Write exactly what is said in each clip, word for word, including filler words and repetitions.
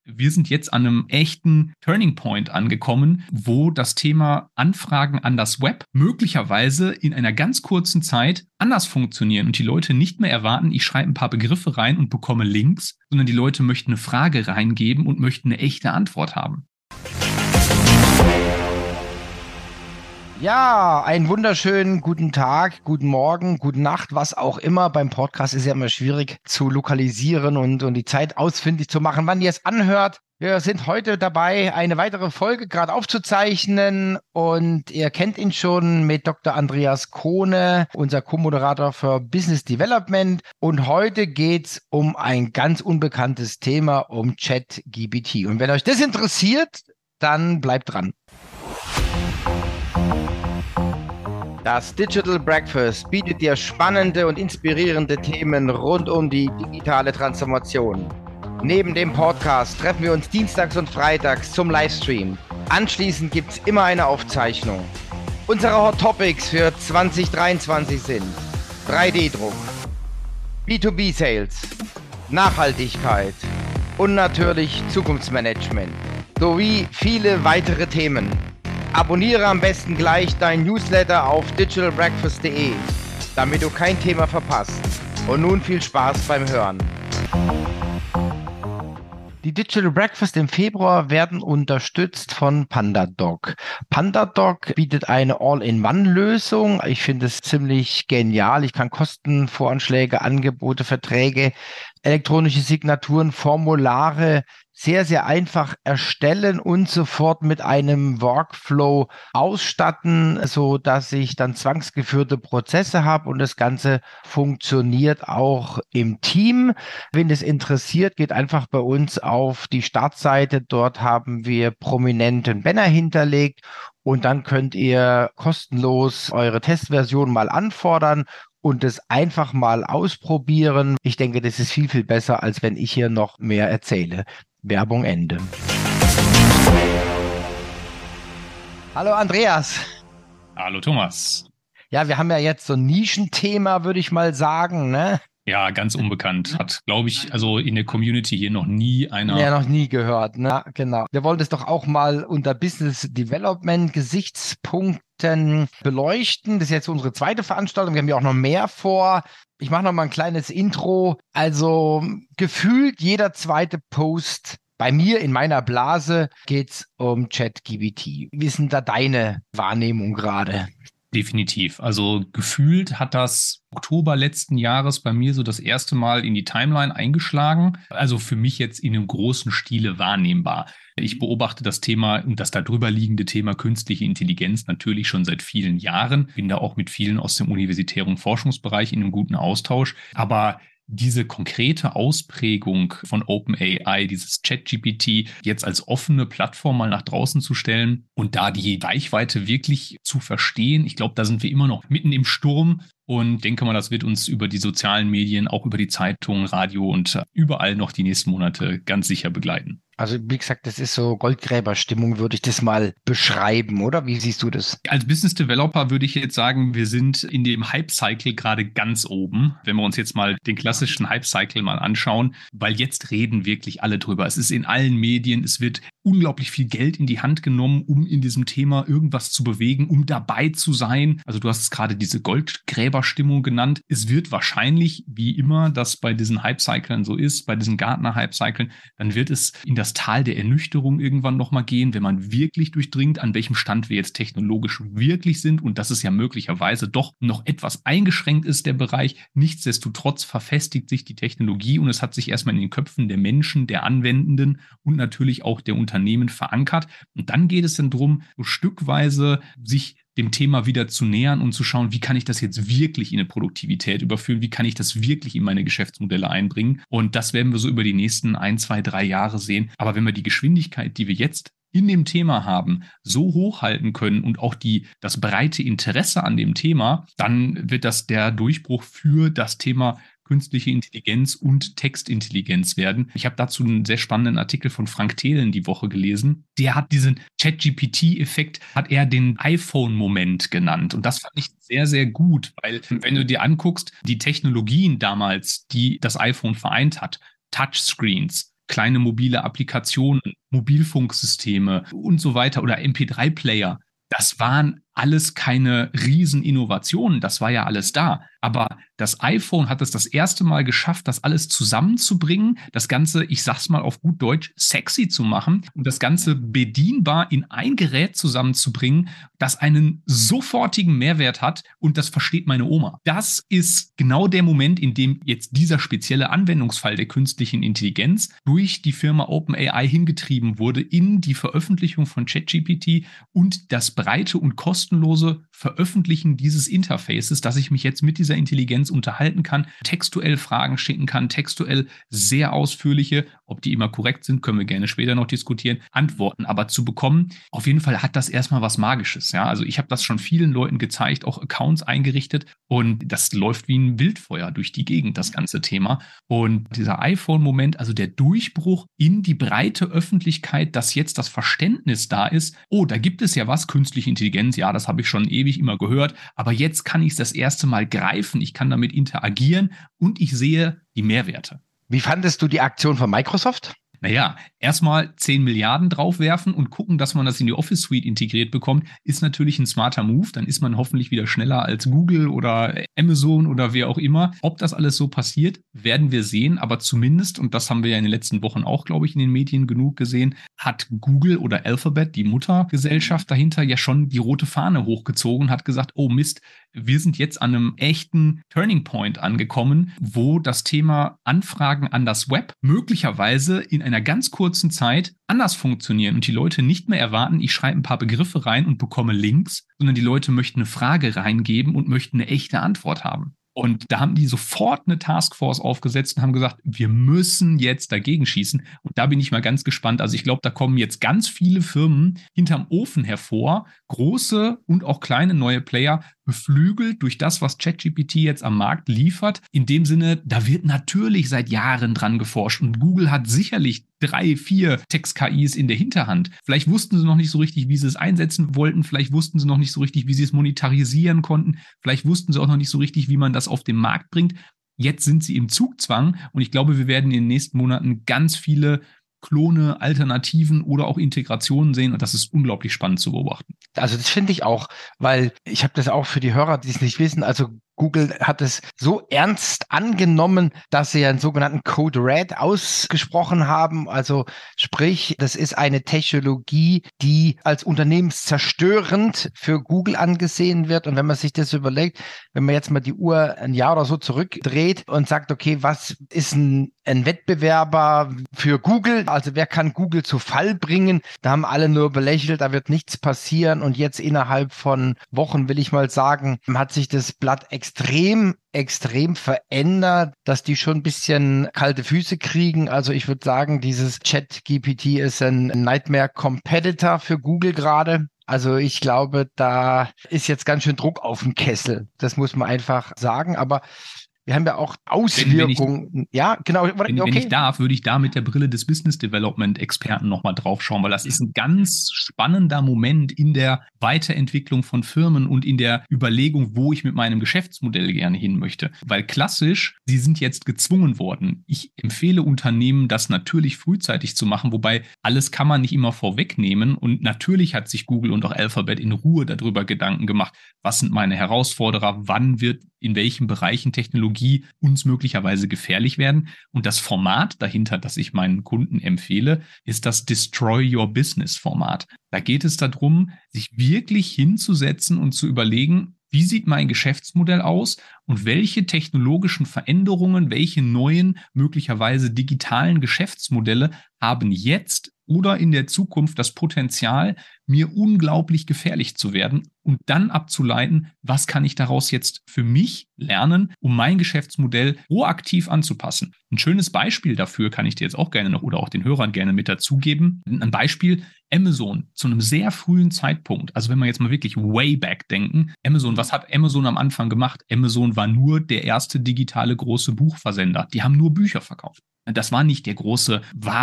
Wir sind jetzt an einem echten Turning Point angekommen, wo das Thema Anfragen an das Web möglicherweise in einer ganz kurzen Zeit anders funktionieren und die Leute nicht mehr erwarten, ich schreibe ein paar Begriffe rein und bekomme Links, sondern die Leute möchten eine Frage reingeben und möchten eine echte Antwort haben. Ja, einen wunderschönen guten Tag, guten Morgen, gute Nacht, was auch immer. Beim Podcast ist ja immer schwierig zu lokalisieren und, und die Zeit ausfindig zu machen, wann ihr es anhört. Wir sind heute dabei, eine weitere Folge gerade aufzuzeichnen und ihr kennt ihn schon mit Doktor Andreas Kohne, unser Co-Moderator für Business Development. Und heute geht's um ein ganz unbekanntes Thema, um ChatGPT. Und wenn euch das interessiert, dann bleibt dran. Das Digital Breakfast bietet dir spannende und inspirierende Themen rund um die digitale Transformation. Neben dem Podcast treffen wir uns dienstags und freitags zum Livestream. Anschließend gibt es immer eine Aufzeichnung. Unsere Hot Topics für zwanzig dreiundzwanzig sind drei D-Druck, B zwei B Sales, Nachhaltigkeit und natürlich Zukunftsmanagement sowie viele weitere Themen. Abonniere am besten gleich dein Newsletter auf digital breakfast punkt de, damit du kein Thema verpasst. Und nun viel Spaß beim Hören. Die Digital Breakfast im Februar werden unterstützt von PandaDoc. PandaDoc bietet eine All-in-One-Lösung. Ich finde es ziemlich genial. Ich kann Kostenvoranschläge, Angebote, Verträge, elektronische Signaturen, Formulare sehr, sehr einfach erstellen und sofort mit einem Workflow ausstatten, so dass ich dann zwangsgeführte Prozesse habe und das Ganze funktioniert auch im Team. Wenn es interessiert, geht einfach bei uns auf die Startseite. Dort haben wir prominenten Banner hinterlegt und dann könnt ihr kostenlos eure Testversion mal anfordern und es einfach mal ausprobieren. Ich denke, das ist viel, viel besser, als wenn ich hier noch mehr erzähle. Werbung Ende. Hallo Andreas. Hallo Thomas. Ja, wir haben ja jetzt so ein Nischenthema, würde ich mal sagen, ne? Ja, ganz unbekannt. Hat, glaube ich, also in der Community hier noch nie einer... Ja, noch nie gehört, ne? Ja, genau. Wir wollen das doch auch mal unter Business Development Gesichtspunkten beleuchten. Das ist jetzt unsere zweite Veranstaltung. Wir haben ja auch noch mehr vor. Ich mache noch mal ein kleines Intro. Also gefühlt jeder zweite Post bei mir in meiner Blase geht's um ChatGPT. Wie ist denn da deine Wahrnehmung gerade? Definitiv. Also gefühlt hat das Oktober letzten Jahres bei mir so das erste Mal in die Timeline eingeschlagen. Also für mich jetzt in einem großen Stile wahrnehmbar. Ich beobachte das Thema und das darüber liegende Thema künstliche Intelligenz natürlich schon seit vielen Jahren. Bin da auch mit vielen aus dem universitären Forschungsbereich in einem guten Austausch. Aber diese konkrete Ausprägung von OpenAI, dieses ChatGPT, jetzt als offene Plattform mal nach draußen zu stellen und da die Reichweite wirklich zu verstehen, ich glaube, da sind wir immer noch mitten im Sturm und denke mal, das wird uns über die sozialen Medien, auch über die Zeitungen, Radio und überall noch die nächsten Monate ganz sicher begleiten. Also wie gesagt, das ist so Goldgräberstimmung, würde ich das mal beschreiben, oder? Wie siehst du das? Als Business Developer würde ich jetzt sagen, wir sind in dem Hype-Cycle gerade ganz oben. Wenn wir uns jetzt mal den klassischen Hype-Cycle mal anschauen, weil jetzt reden wirklich alle drüber. Es ist in allen Medien, es wird unglaublich viel Geld in die Hand genommen, um in diesem Thema irgendwas zu bewegen, um dabei zu sein. Also du hast es gerade diese Goldgräberstimmung genannt. Es wird wahrscheinlich, wie immer das bei diesen Hype-Cyclen so ist, bei diesen Gartner-Hype-Cyclen, dann wird es in das Tal der Ernüchterung irgendwann nochmal gehen, wenn man wirklich durchdringt, an welchem Stand wir jetzt technologisch wirklich sind und dass es ja möglicherweise doch noch etwas eingeschränkt ist, der Bereich. Nichtsdestotrotz verfestigt sich die Technologie und es hat sich erstmal in den Köpfen der Menschen, der Anwendenden und natürlich auch der Unternehmen verankert. Und dann geht es dann darum, so stückweise sich dem Thema wieder zu nähern und zu schauen, wie kann ich das jetzt wirklich in eine Produktivität überführen, wie kann ich das wirklich in meine Geschäftsmodelle einbringen. Und das werden wir so über die nächsten ein, zwei, drei Jahre sehen. Aber wenn wir die Geschwindigkeit, die wir jetzt in dem Thema haben, so hochhalten können und auch die, das breite Interesse an dem Thema, dann wird das der Durchbruch für das Thema künstliche Intelligenz und Textintelligenz werden. Ich habe dazu einen sehr spannenden Artikel von Frank Thelen die Woche gelesen. Der hat diesen ChatGPT-Effekt, hat er den iPhone-Moment genannt. Und das fand ich sehr, sehr gut, weil wenn du dir anguckst, die Technologien damals, die das iPhone vereint hat, Touchscreens, kleine mobile Applikationen, Mobilfunksysteme und so weiter oder M P drei Player. Das waren alles keine Rieseninnovationen, das war ja alles da. Aber das iPhone hat es das erste Mal geschafft, das alles zusammenzubringen, das Ganze, ich sag's mal auf gut Deutsch, sexy zu machen und das Ganze bedienbar in ein Gerät zusammenzubringen, das einen sofortigen Mehrwert hat und das versteht meine Oma. Das ist genau der Moment, in dem jetzt dieser spezielle Anwendungsfall der künstlichen Intelligenz durch die Firma OpenAI hingetrieben wurde in die Veröffentlichung von ChatGPT und das breite und kostenlose Veröffentlichen dieses Interfaces, dass ich mich jetzt mit dieser Intelligenz unterhalten kann, textuell Fragen schicken kann, textuell sehr ausführliche, ob die immer korrekt sind, können wir gerne später noch diskutieren, Antworten aber zu bekommen. Auf jeden Fall hat das erstmal was Magisches. Ja? Also ich habe das schon vielen Leuten gezeigt, auch Accounts eingerichtet und das läuft wie ein Wildfeuer durch die Gegend, das ganze Thema. Und dieser iPhone-Moment, also der Durchbruch in die breite Öffentlichkeit, dass jetzt das Verständnis da ist, oh, da gibt es ja was, künstliche Intelligenz, ja, das habe ich schon ewig immer gehört, aber jetzt kann ich es das erste Mal greifen, ich kann damit interagieren und ich sehe die Mehrwerte. Wie fandest du die Aktion von Microsoft? Naja, erstmal zehn Milliarden draufwerfen und gucken, dass man das in die Office Suite integriert bekommt, ist natürlich ein smarter Move. Dann ist man hoffentlich wieder schneller als Google oder Amazon oder wer auch immer. Ob das alles so passiert, werden wir sehen. Aber zumindest, und das haben wir ja in den letzten Wochen auch, glaube ich, in den Medien genug gesehen, hat Google oder Alphabet, die Muttergesellschaft dahinter, ja schon die rote Fahne hochgezogen, hat gesagt, oh Mist, wir sind jetzt an einem echten Turning Point angekommen, wo das Thema Anfragen an das Web möglicherweise in einer ganz kurzen Zeit anders funktionieren und die Leute nicht mehr erwarten, ich schreibe ein paar Begriffe rein und bekomme Links, sondern die Leute möchten eine Frage reingeben und möchten eine echte Antwort haben. Und da haben die sofort eine Taskforce aufgesetzt und haben gesagt, wir müssen jetzt dagegen schießen. Und da bin ich mal ganz gespannt. Also ich glaube, da kommen jetzt ganz viele Firmen hinterm Ofen hervor, große und auch kleine neue Player, beflügelt durch das, was ChatGPT jetzt am Markt liefert. In dem Sinne, da wird natürlich seit Jahren dran geforscht und Google hat sicherlich drei, vier Text-K Is in der Hinterhand. Vielleicht wussten sie noch nicht so richtig, wie sie es einsetzen wollten. Vielleicht wussten sie noch nicht so richtig, wie sie es monetarisieren konnten. Vielleicht wussten sie auch noch nicht so richtig, wie man das auf den Markt bringt. Jetzt sind sie im Zugzwang und ich glaube, wir werden in den nächsten Monaten ganz viele Klone, Alternativen oder auch Integrationen sehen und das ist unglaublich spannend zu beobachten. Also das finde ich auch, weil ich habe das auch für die Hörer, die es nicht wissen, also Google hat es so ernst angenommen, dass sie einen sogenannten Code Red ausgesprochen haben. Also sprich, das ist eine Technologie, die als unternehmenszerstörend für Google angesehen wird. Und wenn man sich das überlegt, wenn man jetzt mal die Uhr ein Jahr oder so zurückdreht und sagt, okay, was ist ein, ein Wettbewerber für Google? Also wer kann Google zu Fall bringen? Da haben alle nur belächelt, da wird nichts passieren. Und jetzt innerhalb von Wochen, will ich mal sagen, hat sich das Blatt extrem extrem, extrem verändert, dass die schon ein bisschen kalte Füße kriegen. Also ich würde sagen, dieses ChatGPT ist ein Nightmare-Competitor für Google gerade. Also ich glaube, da ist jetzt ganz schön Druck auf dem Kessel. Das muss man einfach sagen. Aber wir haben ja auch Auswirkungen. Wenn, wenn ich, ja, genau. Wenn, okay. wenn ich darf, würde ich da mit der Brille des Business Development Experten nochmal drauf schauen, weil das ist ein ganz spannender Moment in der Weiterentwicklung von Firmen und in der Überlegung, wo ich mit meinem Geschäftsmodell gerne hin möchte. Weil klassisch, sie sind jetzt gezwungen worden. Ich empfehle Unternehmen, das natürlich frühzeitig zu machen, wobei alles kann man nicht immer vorwegnehmen. Und natürlich hat sich Google und auch Alphabet in Ruhe darüber Gedanken gemacht, was sind meine Herausforderer, wann wird in welchen Bereichen Technologie uns möglicherweise gefährlich werden. Und das Format dahinter, das ich meinen Kunden empfehle, ist das Destroy Your Business Format. Da geht es darum, sich wirklich hinzusetzen und zu überlegen, wie sieht mein Geschäftsmodell aus und welche technologischen Veränderungen, welche neuen, möglicherweise digitalen Geschäftsmodelle haben jetzt oder in der Zukunft das Potenzial, mir unglaublich gefährlich zu werden und dann abzuleiten, was kann ich daraus jetzt für mich lernen, um mein Geschäftsmodell proaktiv anzupassen. Ein schönes Beispiel dafür kann ich dir jetzt auch gerne noch oder auch den Hörern gerne mit dazugeben. Ein Beispiel, Amazon zu einem sehr frühen Zeitpunkt, also wenn wir jetzt mal wirklich way back denken, Amazon, was hat Amazon am Anfang gemacht? Amazon war nur der erste digitale große Buchversender. Die haben nur Bücher verkauft. Das war nicht der große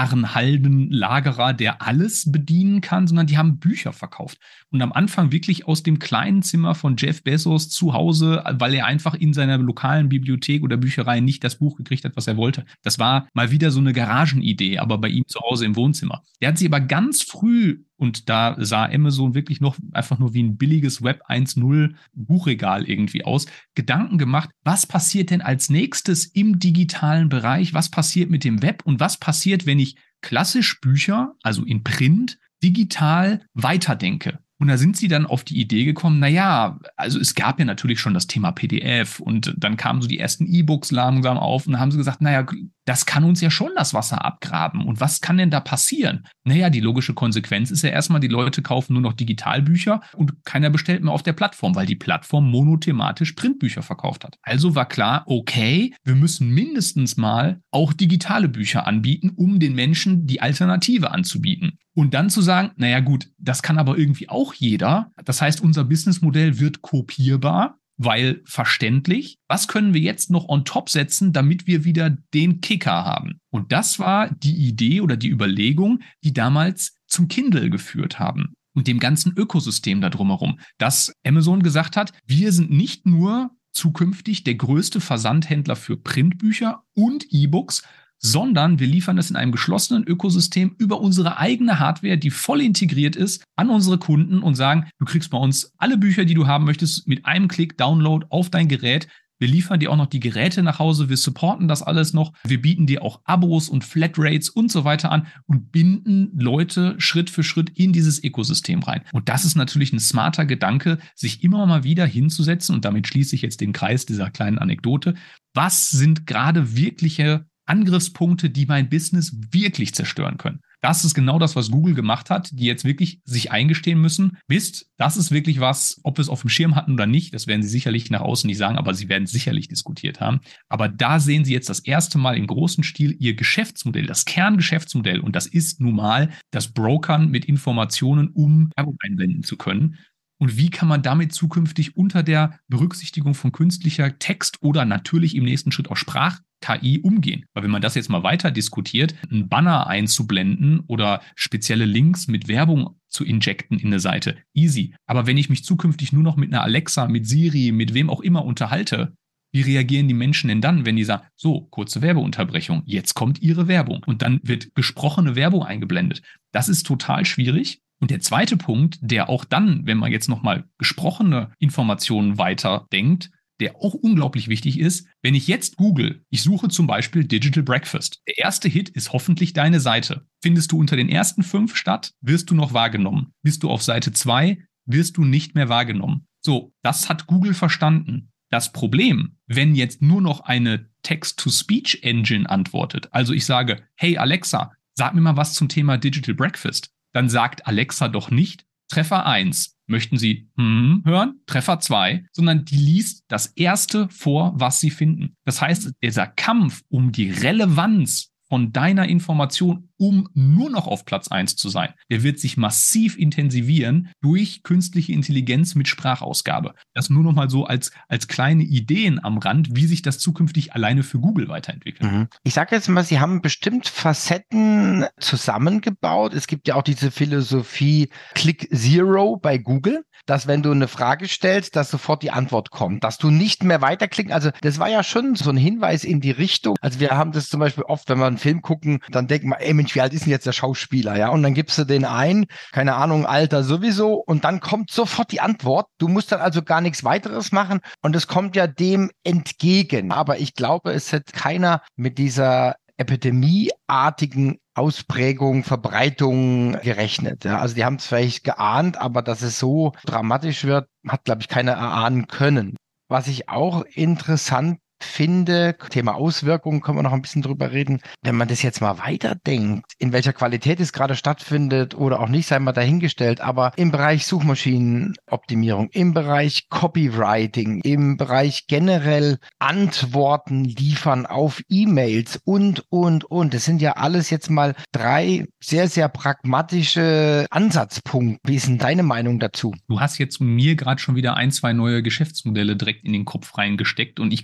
Warenhaldenlagerer, der alles bedienen kann, sondern die haben Bücher verkauft. Und am Anfang wirklich aus dem kleinen Zimmer von Jeff Bezos zu Hause, weil er einfach in seiner lokalen Bibliothek oder Bücherei nicht das Buch gekriegt hat, was er wollte. Das war mal wieder so eine Garagenidee, aber bei ihm zu Hause im Wohnzimmer. Der hat sich aber ganz früh, und da sah Amazon wirklich noch einfach nur wie ein billiges Web eins Punkt null Buchregal irgendwie aus, Gedanken gemacht, was passiert denn als nächstes im digitalen Bereich, was passiert mit dem Web und was passiert, wenn ich klassisch Bücher, also in Print, digital weiterdenke. Und da sind sie dann auf die Idee gekommen, naja, also es gab ja natürlich schon das Thema P D F und dann kamen so die ersten E-Books langsam auf und dann haben sie gesagt, naja, das kann uns ja schon das Wasser abgraben. Und was kann denn da passieren? Naja, die logische Konsequenz ist ja erstmal, die Leute kaufen nur noch Digitalbücher und keiner bestellt mehr auf der Plattform, weil die Plattform monothematisch Printbücher verkauft hat. Also war klar, okay, wir müssen mindestens mal auch digitale Bücher anbieten, um den Menschen die Alternative anzubieten. Und dann zu sagen, naja gut, das kann aber irgendwie auch jeder. Das heißt, unser Businessmodell wird kopierbar, weil verständlich. Was können wir jetzt noch on top setzen, damit wir wieder den Kicker haben? Und das war die Idee oder die Überlegung, die damals zum Kindle geführt haben und dem ganzen Ökosystem da drumherum, dass Amazon gesagt hat, wir sind nicht nur zukünftig der größte Versandhändler für Printbücher und E-Books, sondern wir liefern das in einem geschlossenen Ökosystem über unsere eigene Hardware, die voll integriert ist, an unsere Kunden und sagen, du kriegst bei uns alle Bücher, die du haben möchtest, mit einem Klick Download auf dein Gerät. Wir liefern dir auch noch die Geräte nach Hause, wir supporten das alles noch, wir bieten dir auch Abos und Flatrates und so weiter an und binden Leute Schritt für Schritt in dieses Ökosystem rein. Und das ist natürlich ein smarter Gedanke, sich immer mal wieder hinzusetzen, und damit schließe ich jetzt den Kreis dieser kleinen Anekdote. Was sind gerade wirkliche Angriffspunkte, die mein Business wirklich zerstören können? Das ist genau das, was Google gemacht hat, die jetzt wirklich sich eingestehen müssen. Mist, das ist wirklich was, ob wir es auf dem Schirm hatten oder nicht, das werden sie sicherlich nach außen nicht sagen, aber sie werden sicherlich diskutiert haben. Aber da sehen sie jetzt das erste Mal im großen Stil ihr Geschäftsmodell, das Kerngeschäftsmodell. Und das ist nun mal das Brokern mit Informationen, um Werbung einblenden zu können. Und wie kann man damit zukünftig unter der Berücksichtigung von künstlicher Text oder natürlich im nächsten Schritt auch Sprach-K I umgehen? Weil wenn man das jetzt mal weiter diskutiert, einen Banner einzublenden oder spezielle Links mit Werbung zu injecten in eine Seite, easy. Aber wenn ich mich zukünftig nur noch mit einer Alexa, mit Siri, mit wem auch immer unterhalte, wie reagieren die Menschen denn dann, wenn die sagen, so, kurze Werbeunterbrechung, jetzt kommt ihre Werbung und dann wird gesprochene Werbung eingeblendet? Das ist total schwierig. Und der zweite Punkt, der auch dann, wenn man jetzt nochmal gesprochene Informationen weiterdenkt, der auch unglaublich wichtig ist, wenn ich jetzt google, ich suche zum Beispiel Digital Breakfast. Der erste Hit ist hoffentlich deine Seite. Findest du unter den ersten fünf statt, wirst du noch wahrgenommen. Bist du auf Seite zwei, wirst du nicht mehr wahrgenommen. So, das hat Google verstanden. Das Problem, wenn jetzt nur noch eine Text-to-Speech-Engine antwortet, also ich sage, hey Alexa, sag mir mal was zum Thema Digital Breakfast, dann sagt Alexa doch nicht Treffer eins. Möchten Sie hm hören? Treffer zwei. Sondern die liest das erste vor, was Sie finden. Das heißt, dieser Kampf um die Relevanz von deiner Information, um nur noch auf Platz eins zu sein, der wird sich massiv intensivieren durch künstliche Intelligenz mit Sprachausgabe. Das nur noch mal so als, als kleine Ideen am Rand, wie sich das zukünftig alleine für Google weiterentwickelt. Mhm. Ich sage jetzt mal, Sie haben bestimmt Facetten zusammengebaut. Es gibt ja auch diese Philosophie Click Zero bei Google, dass wenn du eine Frage stellst, dass sofort die Antwort kommt, dass du nicht mehr weiterklicken. Also das war ja schon so ein Hinweis in die Richtung. Also wir haben das zum Beispiel oft, wenn wir einen Film gucken, dann denken wir, ey Mensch, wie alt ist denn jetzt der Schauspieler? Ja, und dann gibst du den ein, keine Ahnung, Alter sowieso, und dann kommt sofort die Antwort. Du musst dann also gar nichts weiteres machen und es kommt ja dem entgegen. Aber ich glaube, es hat keiner mit dieser epidemieartigen Ausprägung, Verbreitung gerechnet. Ja, also die haben es vielleicht geahnt, aber dass es so dramatisch wird, hat, glaube ich, keiner erahnen können. Was ich auch interessant finde, Thema Auswirkungen, können wir noch ein bisschen drüber reden. Wenn man das jetzt mal weiterdenkt, in welcher Qualität es gerade stattfindet oder auch nicht, sei mal dahingestellt, aber im Bereich Suchmaschinenoptimierung, im Bereich Copywriting, im Bereich generell Antworten liefern auf E-Mails und, und, und. Das sind ja alles jetzt mal drei sehr, sehr pragmatische Ansatzpunkte. Wie ist denn deine Meinung dazu? Du hast jetzt mir gerade schon wieder ein, zwei neue Geschäftsmodelle direkt in den Kopf reingesteckt und ich glaube,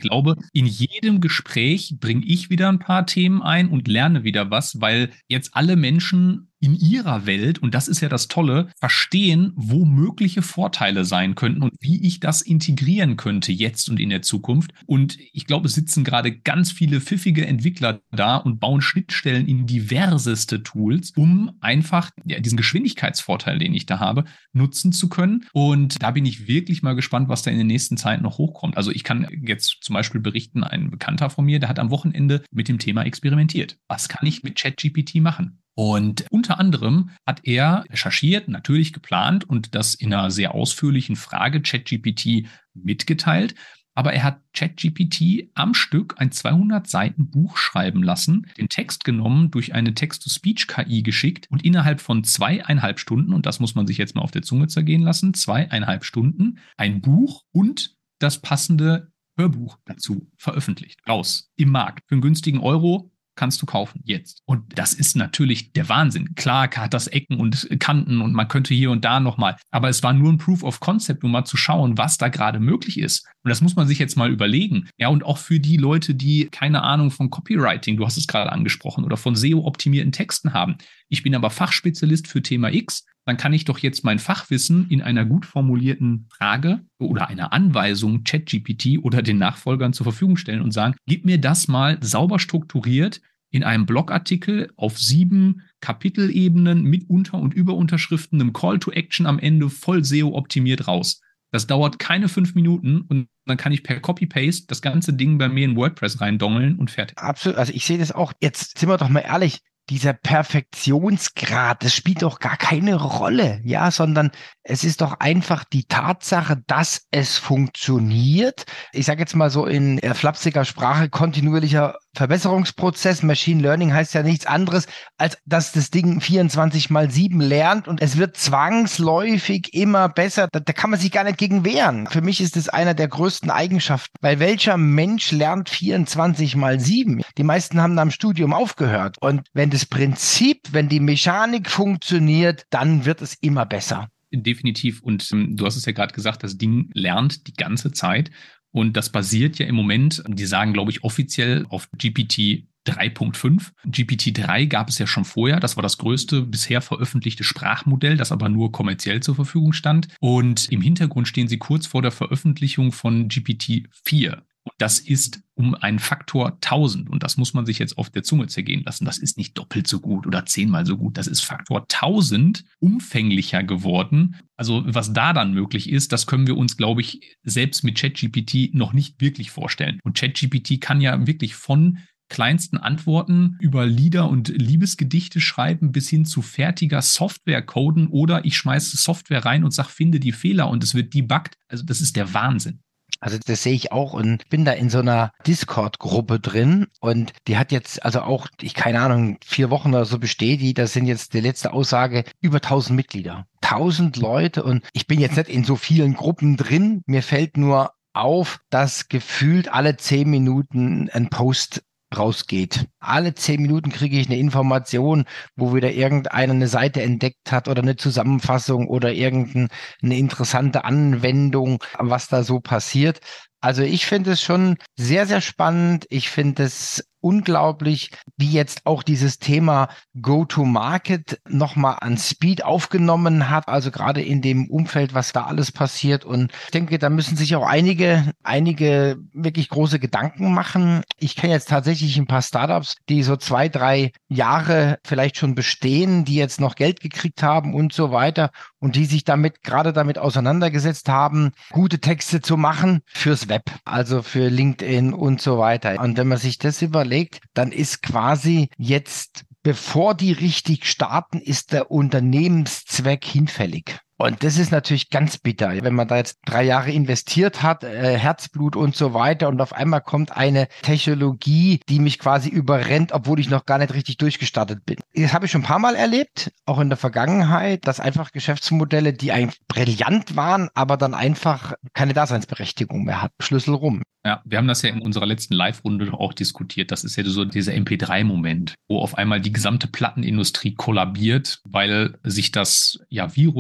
in jedem Gespräch bringe ich wieder ein paar Themen ein und lerne wieder was, weil jetzt alle Menschen in ihrer Welt, und das ist ja das Tolle, verstehen, wo mögliche Vorteile sein könnten und wie ich das integrieren könnte jetzt und in der Zukunft. Und ich glaube, es sitzen gerade ganz viele pfiffige Entwickler da und bauen Schnittstellen in diverseste Tools, um einfach ja, diesen Geschwindigkeitsvorteil, den ich da habe, nutzen zu können. Und da bin ich wirklich mal gespannt, was da in der nächsten Zeit noch hochkommt. Also ich kann jetzt zum Beispiel berichten, ein Bekannter von mir, der hat am Wochenende mit dem Thema experimentiert. Was kann ich mit ChatGPT machen? Und unter anderem hat er recherchiert, natürlich geplant und das in einer sehr ausführlichen Frage ChatGPT mitgeteilt. Aber er hat ChatGPT am Stück ein zweihundert Seiten Buch schreiben lassen, den Text genommen, durch eine Text-to-Speech-K I geschickt und innerhalb von zweieinhalb Stunden, und das muss man sich jetzt mal auf der Zunge zergehen lassen, zweieinhalb Stunden, ein Buch und das passende Hörbuch dazu veröffentlicht. Raus im Markt für einen günstigen Euro. Kannst du kaufen, jetzt. Und das ist natürlich der Wahnsinn. Klar hat das Ecken und Kanten und man könnte hier und da nochmal. Aber es war nur ein Proof of Concept, um mal zu schauen, was da gerade möglich ist. Und das muss man sich jetzt mal überlegen. Ja, und auch für die Leute, die keine Ahnung von Copywriting, du hast es gerade angesprochen, oder von S E O-optimierten Texten haben. Ich bin aber Fachspezialist für Thema X. Dann kann ich doch jetzt mein Fachwissen in einer gut formulierten Frage oder einer Anweisung ChatGPT oder den Nachfolgern zur Verfügung stellen und sagen, gib mir das mal sauber strukturiert in einem Blogartikel auf sieben Kapitelebenen mit Unter- und Überunterschriften, einem Call to Action am Ende voll S E O-optimiert raus. Das dauert keine fünf Minuten und dann kann ich per Copy-Paste das ganze Ding bei mir in WordPress reindongeln und fertig. Absolut, also ich sehe das auch. Jetzt sind wir doch mal ehrlich, dieser Perfektionsgrad, das spielt doch gar keine Rolle, ja, sondern es ist doch einfach die Tatsache, dass es funktioniert. Ich sage jetzt mal so in äh, flapsiger Sprache, kontinuierlicher Verbesserungsprozess. Machine Learning heißt ja nichts anderes, als dass das Ding vierundzwanzig mal sieben lernt und es wird zwangsläufig immer besser. Da, da kann man sich gar nicht gegen wehren. Für mich ist es einer der größten Eigenschaften, weil welcher Mensch lernt vierundzwanzig mal sieben? Die meisten haben am Studium aufgehört. Und wenn das Prinzip, wenn die Mechanik funktioniert, dann wird es immer besser. Definitiv. Und ähm, du hast es ja gerade gesagt, das Ding lernt die ganze Zeit. Und das basiert ja im Moment, die sagen, glaube ich, offiziell auf G P T drei Punkt fünf. G P T drei gab es ja schon vorher. Das war das größte bisher veröffentlichte Sprachmodell, das aber nur kommerziell zur Verfügung stand. Und im Hintergrund stehen sie kurz vor der Veröffentlichung von G P T vier. Und das ist um einen Faktor tausend. Und das muss man sich jetzt auf der Zunge zergehen lassen. Das ist nicht doppelt so gut oder zehnmal so gut. Das ist Faktor tausend umfänglicher geworden. Also was da dann möglich ist, das können wir uns, glaube ich, selbst mit ChatGPT noch nicht wirklich vorstellen. Und ChatGPT kann ja wirklich von kleinsten Antworten über Lieder und Liebesgedichte schreiben bis hin zu fertiger Software coden oder ich schmeiße Software rein und sage, finde die Fehler und es wird debuggt. Also das ist der Wahnsinn. Also das sehe ich auch und bin da in so einer Discord-Gruppe drin und die hat jetzt also auch, ich keine Ahnung, vier Wochen oder so besteht die, das sind jetzt die letzte Aussage, über tausend Mitglieder. tausend Leute und ich bin jetzt nicht in so vielen Gruppen drin, mir fällt nur auf, dass gefühlt alle zehn Minuten ein Post rausgeht. Alle zehn Minuten kriege ich eine Information, wo wieder irgendeiner eine Seite entdeckt hat oder eine Zusammenfassung oder irgendeine interessante Anwendung, was da so passiert. Also ich finde es schon sehr, sehr spannend. Ich finde es unglaublich, wie jetzt auch dieses Thema Go-to-Market nochmal an Speed aufgenommen hat, also gerade in dem Umfeld, was da alles passiert. Und ich denke, da müssen sich auch einige, einige wirklich große Gedanken machen. Ich kenne jetzt tatsächlich ein paar Startups, die so zwei, drei Jahre vielleicht schon bestehen, die jetzt noch Geld gekriegt haben und so weiter und die sich damit, gerade damit auseinandergesetzt haben, gute Texte zu machen fürs Web, also für LinkedIn und so weiter. Und wenn man sich das überlegt, dann ist quasi jetzt, bevor die richtig starten, ist der Unternehmenszweck hinfällig. Und das ist natürlich ganz bitter, wenn man da jetzt drei Jahre investiert hat, äh, Herzblut und so weiter und auf einmal kommt eine Technologie, die mich quasi überrennt, obwohl ich noch gar nicht richtig durchgestartet bin. Das habe ich schon ein paar Mal erlebt, auch in der Vergangenheit, dass einfach Geschäftsmodelle, die eigentlich brillant waren, aber dann einfach keine Daseinsberechtigung mehr hatten. Schlüssel rum. Ja, wir haben das ja in unserer letzten Live-Runde auch diskutiert. Das ist ja so dieser M P drei Moment, wo auf einmal die gesamte Plattenindustrie kollabiert, weil sich das ja virusartig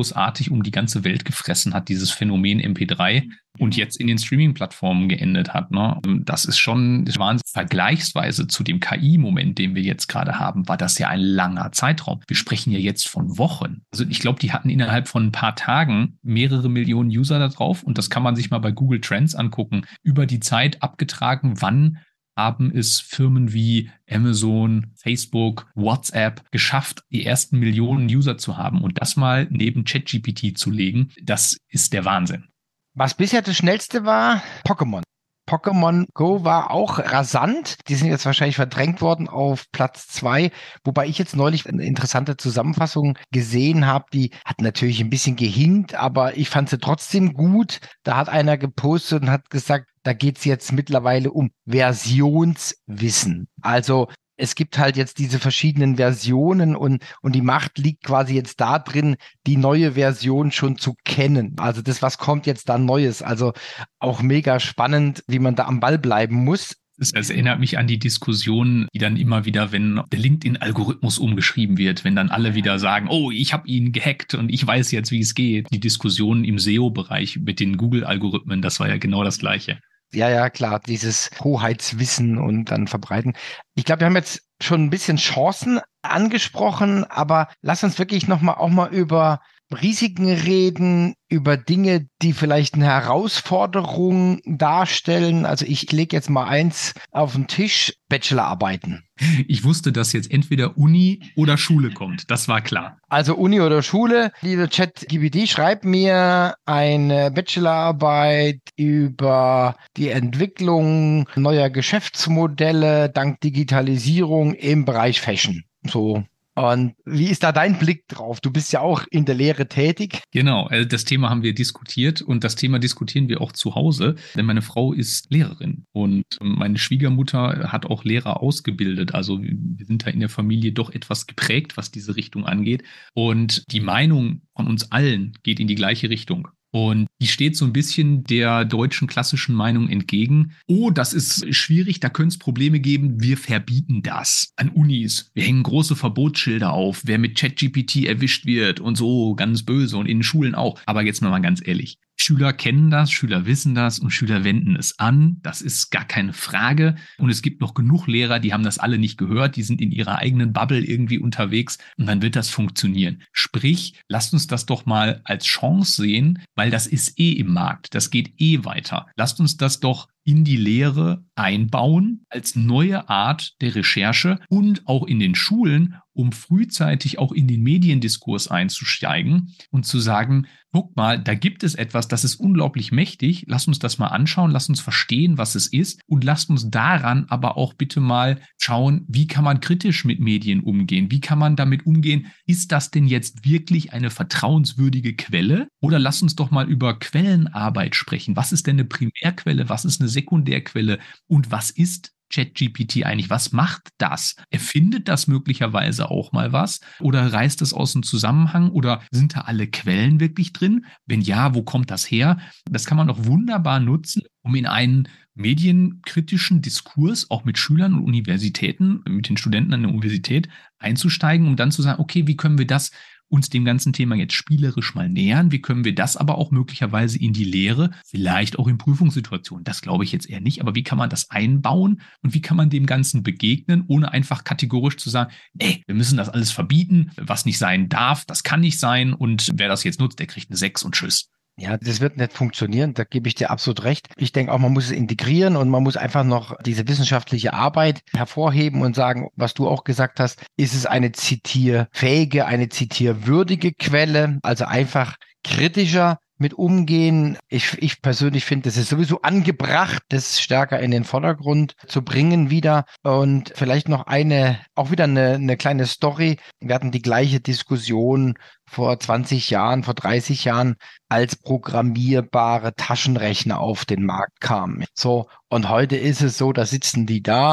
wirklich um die ganze Welt gefressen hat, dieses Phänomen M P drei, und jetzt in den Streaming-Plattformen geendet hat. Ne? Das ist schon Wahnsinn. Vergleichsweise zu dem K I-Moment, den wir jetzt gerade haben, war das ja ein langer Zeitraum. Wir sprechen ja jetzt von Wochen. Also ich glaube, die hatten innerhalb von ein paar Tagen mehrere Millionen User da drauf, und das kann man sich mal bei Google Trends angucken. Über die Zeit abgetragen, wann haben es Firmen wie Amazon, Facebook, WhatsApp geschafft, die ersten Millionen User zu haben, und das mal neben ChatGPT zu legen, das ist der Wahnsinn. Was bisher das Schnellste war, Pokémon. Pokémon Go war auch rasant. Die sind jetzt wahrscheinlich verdrängt worden auf Platz zwei, wobei ich jetzt neulich eine interessante Zusammenfassung gesehen habe. Die hat natürlich ein bisschen gehinkt, aber ich fand sie trotzdem gut. Da hat einer gepostet und hat gesagt, da geht es jetzt mittlerweile um Versionswissen. Also es gibt halt jetzt diese verschiedenen Versionen, und, und die Macht liegt quasi jetzt da drin, die neue Version schon zu kennen. Also das, was kommt jetzt da Neues. Also auch mega spannend, wie man da am Ball bleiben muss. Es erinnert mich an die Diskussion, die dann immer wieder, wenn der LinkedIn-Algorithmus umgeschrieben wird, wenn dann alle wieder sagen, oh, ich habe ihn gehackt und ich weiß jetzt, wie es geht. Die Diskussion im S E O-Bereich mit den Google-Algorithmen, das war ja genau das Gleiche. Ja, ja, klar, dieses Hoheitswissen und dann verbreiten. Ich glaube, wir haben jetzt schon ein bisschen Chancen angesprochen, aber lass uns wirklich nochmal auch mal über Risiken reden, über Dinge, die vielleicht eine Herausforderung darstellen. Also ich lege jetzt mal eins auf den Tisch, Bachelorarbeiten. Ich wusste, dass jetzt entweder Uni oder Schule kommt. Das war klar. Also Uni oder Schule. Liebe ChatGPT, schreib mir eine Bachelorarbeit über die Entwicklung neuer Geschäftsmodelle dank Digitalisierung im Bereich Fashion. So. Und wie ist da dein Blick drauf? Du bist ja auch in der Lehre tätig. Genau, also das Thema haben wir diskutiert, und das Thema diskutieren wir auch zu Hause, denn meine Frau ist Lehrerin und meine Schwiegermutter hat auch Lehrer ausgebildet. Also wir sind da in der Familie doch etwas geprägt, was diese Richtung angeht, und die Meinung von uns allen geht in die gleiche Richtung. Und die steht so ein bisschen der deutschen klassischen Meinung entgegen. Oh, das ist schwierig, da könnte es Probleme geben. Wir verbieten das an Unis. Wir hängen große Verbotsschilder auf, wer mit ChatGPT erwischt wird und so, ganz böse, und in den Schulen auch. Aber jetzt mal ganz ehrlich. Schüler kennen das, Schüler wissen das und Schüler wenden es an. Das ist gar keine Frage. Und es gibt noch genug Lehrer, die haben das alle nicht gehört. Die sind in ihrer eigenen Bubble irgendwie unterwegs, und dann wird das funktionieren. Sprich, lasst uns das doch mal als Chance sehen, weil das ist eh im Markt. Das geht eh weiter. Lasst uns das doch in die Lehre einbauen als neue Art der Recherche und auch in den Schulen, um frühzeitig auch in den Mediendiskurs einzusteigen und zu sagen, guck mal, da gibt es etwas, das ist unglaublich mächtig, lass uns das mal anschauen, lass uns verstehen, was es ist, und lasst uns daran aber auch bitte mal schauen, wie kann man kritisch mit Medien umgehen, wie kann man damit umgehen, ist das denn jetzt wirklich eine vertrauenswürdige Quelle, oder lass uns doch mal über Quellenarbeit sprechen. Was ist denn eine Primärquelle, was ist eine Sekundärquelle und was ist ChatGPT eigentlich? Was macht das? Erfindet das möglicherweise auch mal was? Oder reißt es aus dem Zusammenhang? Oder sind da alle Quellen wirklich drin? Wenn ja, wo kommt das her? Das kann man doch wunderbar nutzen, um in einen medienkritischen Diskurs auch mit Schülern und Universitäten, mit den Studenten an der Universität einzusteigen, um dann zu sagen, okay, wie können wir das uns dem ganzen Thema jetzt spielerisch mal nähern? Wie können wir das aber auch möglicherweise in die Lehre, vielleicht auch in Prüfungssituationen? Das glaube ich jetzt eher nicht, aber wie kann man das einbauen und wie kann man dem Ganzen begegnen, ohne einfach kategorisch zu sagen, ey, wir müssen das alles verbieten, was nicht sein darf, das kann nicht sein, und wer das jetzt nutzt, der kriegt eine sechs und tschüss. Ja, das wird nicht funktionieren, da gebe ich dir absolut recht. Ich denke auch, man muss es integrieren und man muss einfach noch diese wissenschaftliche Arbeit hervorheben und sagen, was du auch gesagt hast, ist es eine zitierfähige, eine zitierwürdige Quelle, also einfach kritischer mit umgehen. Ich, ich persönlich finde, das ist sowieso angebracht, das stärker in den Vordergrund zu bringen wieder. Und vielleicht noch eine, auch wieder eine, eine kleine Story. Wir hatten die gleiche Diskussion vor zwanzig Jahren, vor dreißig Jahren, als programmierbare Taschenrechner auf den Markt kamen. So, und heute ist es so, da sitzen die da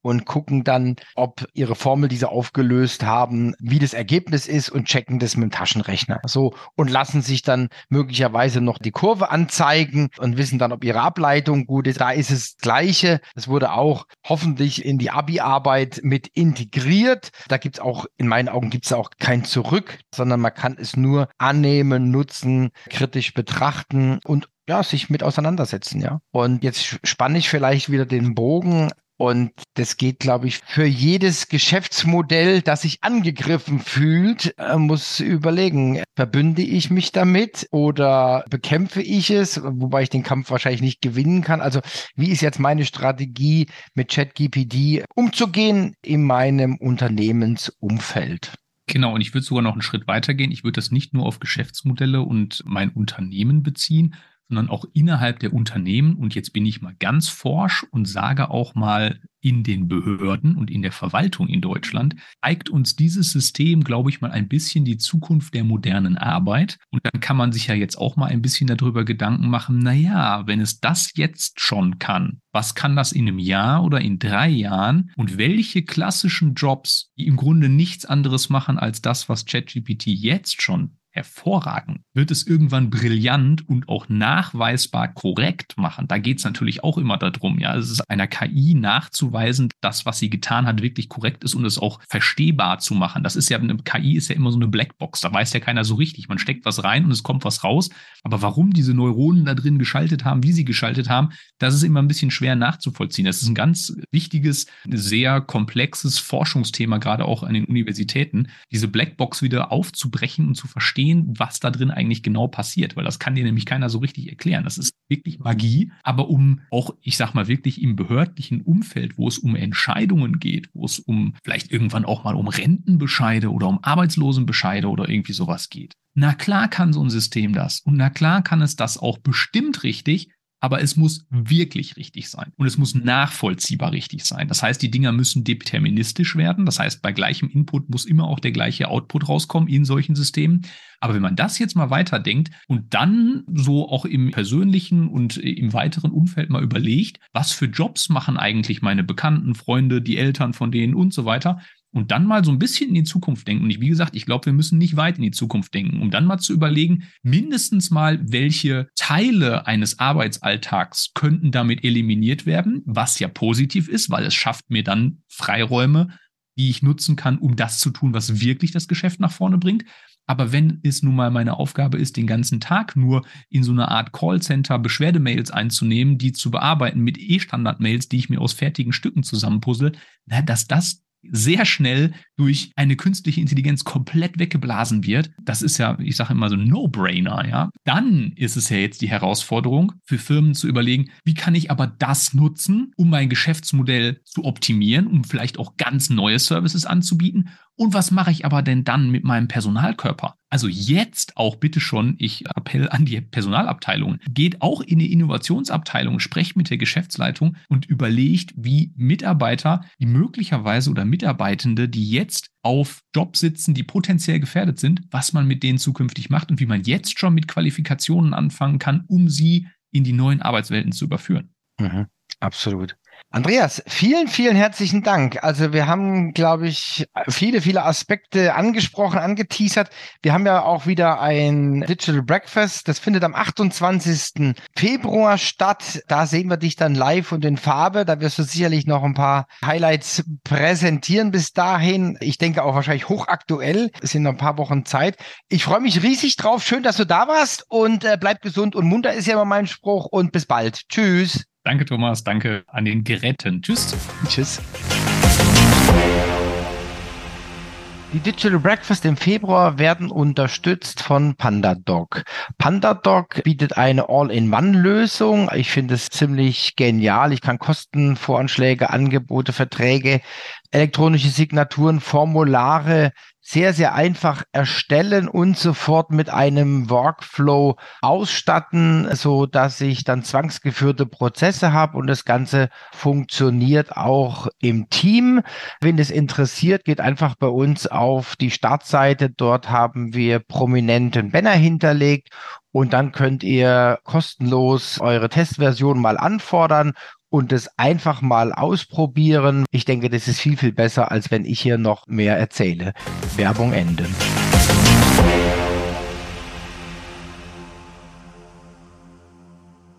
und gucken dann, ob ihre Formel, die sie aufgelöst haben, wie das Ergebnis ist und checken das mit dem Taschenrechner. So, und lassen sich dann möglicherweise noch die Kurve anzeigen und wissen dann, ob ihre Ableitung gut ist. Da ist es das Gleiche. Es wurde auch hoffentlich in die Abi-Arbeit mit integriert. Da gibt es auch, in meinen Augen gibt es auch kein Zurück, sondern man kann es nur annehmen, nutzen, kritisch betrachten und ja, sich mit auseinandersetzen, ja. Und jetzt spanne ich vielleicht wieder den Bogen. Und das geht, glaube ich, für jedes Geschäftsmodell, das sich angegriffen fühlt, äh, muss überlegen, verbünde ich mich damit oder bekämpfe ich es, wobei ich den Kampf wahrscheinlich nicht gewinnen kann. Also wie ist jetzt meine Strategie, mit ChatGPT umzugehen in meinem Unternehmensumfeld? Genau, und ich würde sogar noch einen Schritt weitergehen. Ich würde das nicht nur auf Geschäftsmodelle und mein Unternehmen beziehen, sondern auch innerhalb der Unternehmen. Und jetzt bin ich mal ganz forsch und sage auch mal, in den Behörden und in der Verwaltung in Deutschland zeigt uns dieses System, glaube ich, mal ein bisschen die Zukunft der modernen Arbeit. Und dann kann man sich ja jetzt auch mal ein bisschen darüber Gedanken machen, naja, wenn es das jetzt schon kann, was kann das in einem Jahr oder in drei Jahren und welche klassischen Jobs, die im Grunde nichts anderes machen als das, was ChatGPT jetzt schon hervorragend, wird es irgendwann brillant und auch nachweisbar korrekt machen. Da geht es natürlich auch immer darum, ja, es ist einer K I nachzuweisen, dass, was sie getan hat, wirklich korrekt ist und es auch verstehbar zu machen. Das ist ja, eine K I ist ja immer so eine Blackbox, da weiß ja keiner so richtig. Man steckt was rein und es kommt was raus. Aber warum diese Neuronen da drin geschaltet haben, wie sie geschaltet haben, das ist immer ein bisschen schwer nachzuvollziehen. Das ist ein ganz wichtiges, sehr komplexes Forschungsthema, gerade auch an den Universitäten, diese Blackbox wieder aufzubrechen und zu verstehen, was da drin eigentlich genau passiert, weil das kann dir nämlich keiner so richtig erklären. Das ist wirklich Magie, aber um auch, ich sag mal, wirklich im behördlichen Umfeld, wo es um Entscheidungen geht, wo es um vielleicht irgendwann auch mal um Rentenbescheide oder um Arbeitslosenbescheide oder irgendwie sowas geht. Na klar kann so ein System das und na klar kann es das auch bestimmt richtig, aber es muss wirklich richtig sein und es muss nachvollziehbar richtig sein. Das heißt, die Dinger müssen deterministisch werden. Das heißt, bei gleichem Input muss immer auch der gleiche Output rauskommen in solchen Systemen. Aber wenn man das jetzt mal weiterdenkt und dann so auch im persönlichen und im weiteren Umfeld mal überlegt, was für Jobs machen eigentlich meine Bekannten, Freunde, die Eltern von denen und so weiter, und dann mal so ein bisschen in die Zukunft denken. Und ich, wie gesagt, ich glaube, wir müssen nicht weit in die Zukunft denken, um dann mal zu überlegen, mindestens mal, welche Teile eines Arbeitsalltags könnten damit eliminiert werden, was ja positiv ist, weil es schafft mir dann Freiräume, die ich nutzen kann, um das zu tun, was wirklich das Geschäft nach vorne bringt. Aber wenn es nun mal meine Aufgabe ist, den ganzen Tag nur in so einer Art Callcenter Beschwerdemails einzunehmen, die zu bearbeiten mit E-Standard-Mails, die ich mir aus fertigen Stücken zusammenpuzzle, na, dass das sehr schnell durch eine künstliche Intelligenz komplett weggeblasen wird, das ist ja, ich sage immer so ein No-Brainer, ja. Dann ist es ja jetzt die Herausforderung für Firmen zu überlegen, wie kann ich aber das nutzen, um mein Geschäftsmodell zu optimieren, um vielleicht auch ganz neue Services anzubieten. Und was mache ich aber denn dann mit meinem Personalkörper? Also jetzt auch bitte schon, ich appell an die Personalabteilung, geht auch in die Innovationsabteilung, sprecht mit der Geschäftsleitung und überlegt, wie Mitarbeiter, die möglicherweise oder Mitarbeitende, die jetzt auf Jobs sitzen, die potenziell gefährdet sind, was man mit denen zukünftig macht und wie man jetzt schon mit Qualifikationen anfangen kann, um sie in die neuen Arbeitswelten zu überführen. Mhm, absolut. Andreas, vielen, vielen herzlichen Dank. Also wir haben, glaube ich, viele, viele Aspekte angesprochen, angeteasert. Wir haben ja auch wieder ein Digital Breakfast. Das findet am achtundzwanzigsten Februar statt. Da sehen wir dich dann live und in Farbe. Da wirst du sicherlich noch ein paar Highlights präsentieren bis dahin. Ich denke auch wahrscheinlich hochaktuell. Es sind noch ein paar Wochen Zeit. Ich freue mich riesig drauf. Schön, dass du da warst und äh, bleib gesund und munter ist ja immer mein Spruch und bis bald. Tschüss. Danke, Thomas. Danke an den Geräten. Tschüss. Tschüss. Die Digital Breakfast im Februar werden unterstützt von PandaDoc. PandaDoc bietet eine All-in-One-Lösung. Ich finde es ziemlich genial. Ich kann Kostenvoranschläge, Angebote, Verträge, elektronische Signaturen, Formulare sehr, sehr einfach erstellen und sofort mit einem Workflow ausstatten, so dass ich dann zwangsgeführte Prozesse habe und das Ganze funktioniert auch im Team. Wenn es interessiert, geht einfach bei uns auf die Startseite. Dort haben wir prominenten Banner hinterlegt und dann könnt ihr kostenlos eure Testversion mal anfordern und es einfach mal ausprobieren. Ich denke, das ist viel, viel besser, als wenn ich hier noch mehr erzähle. Werbung Ende.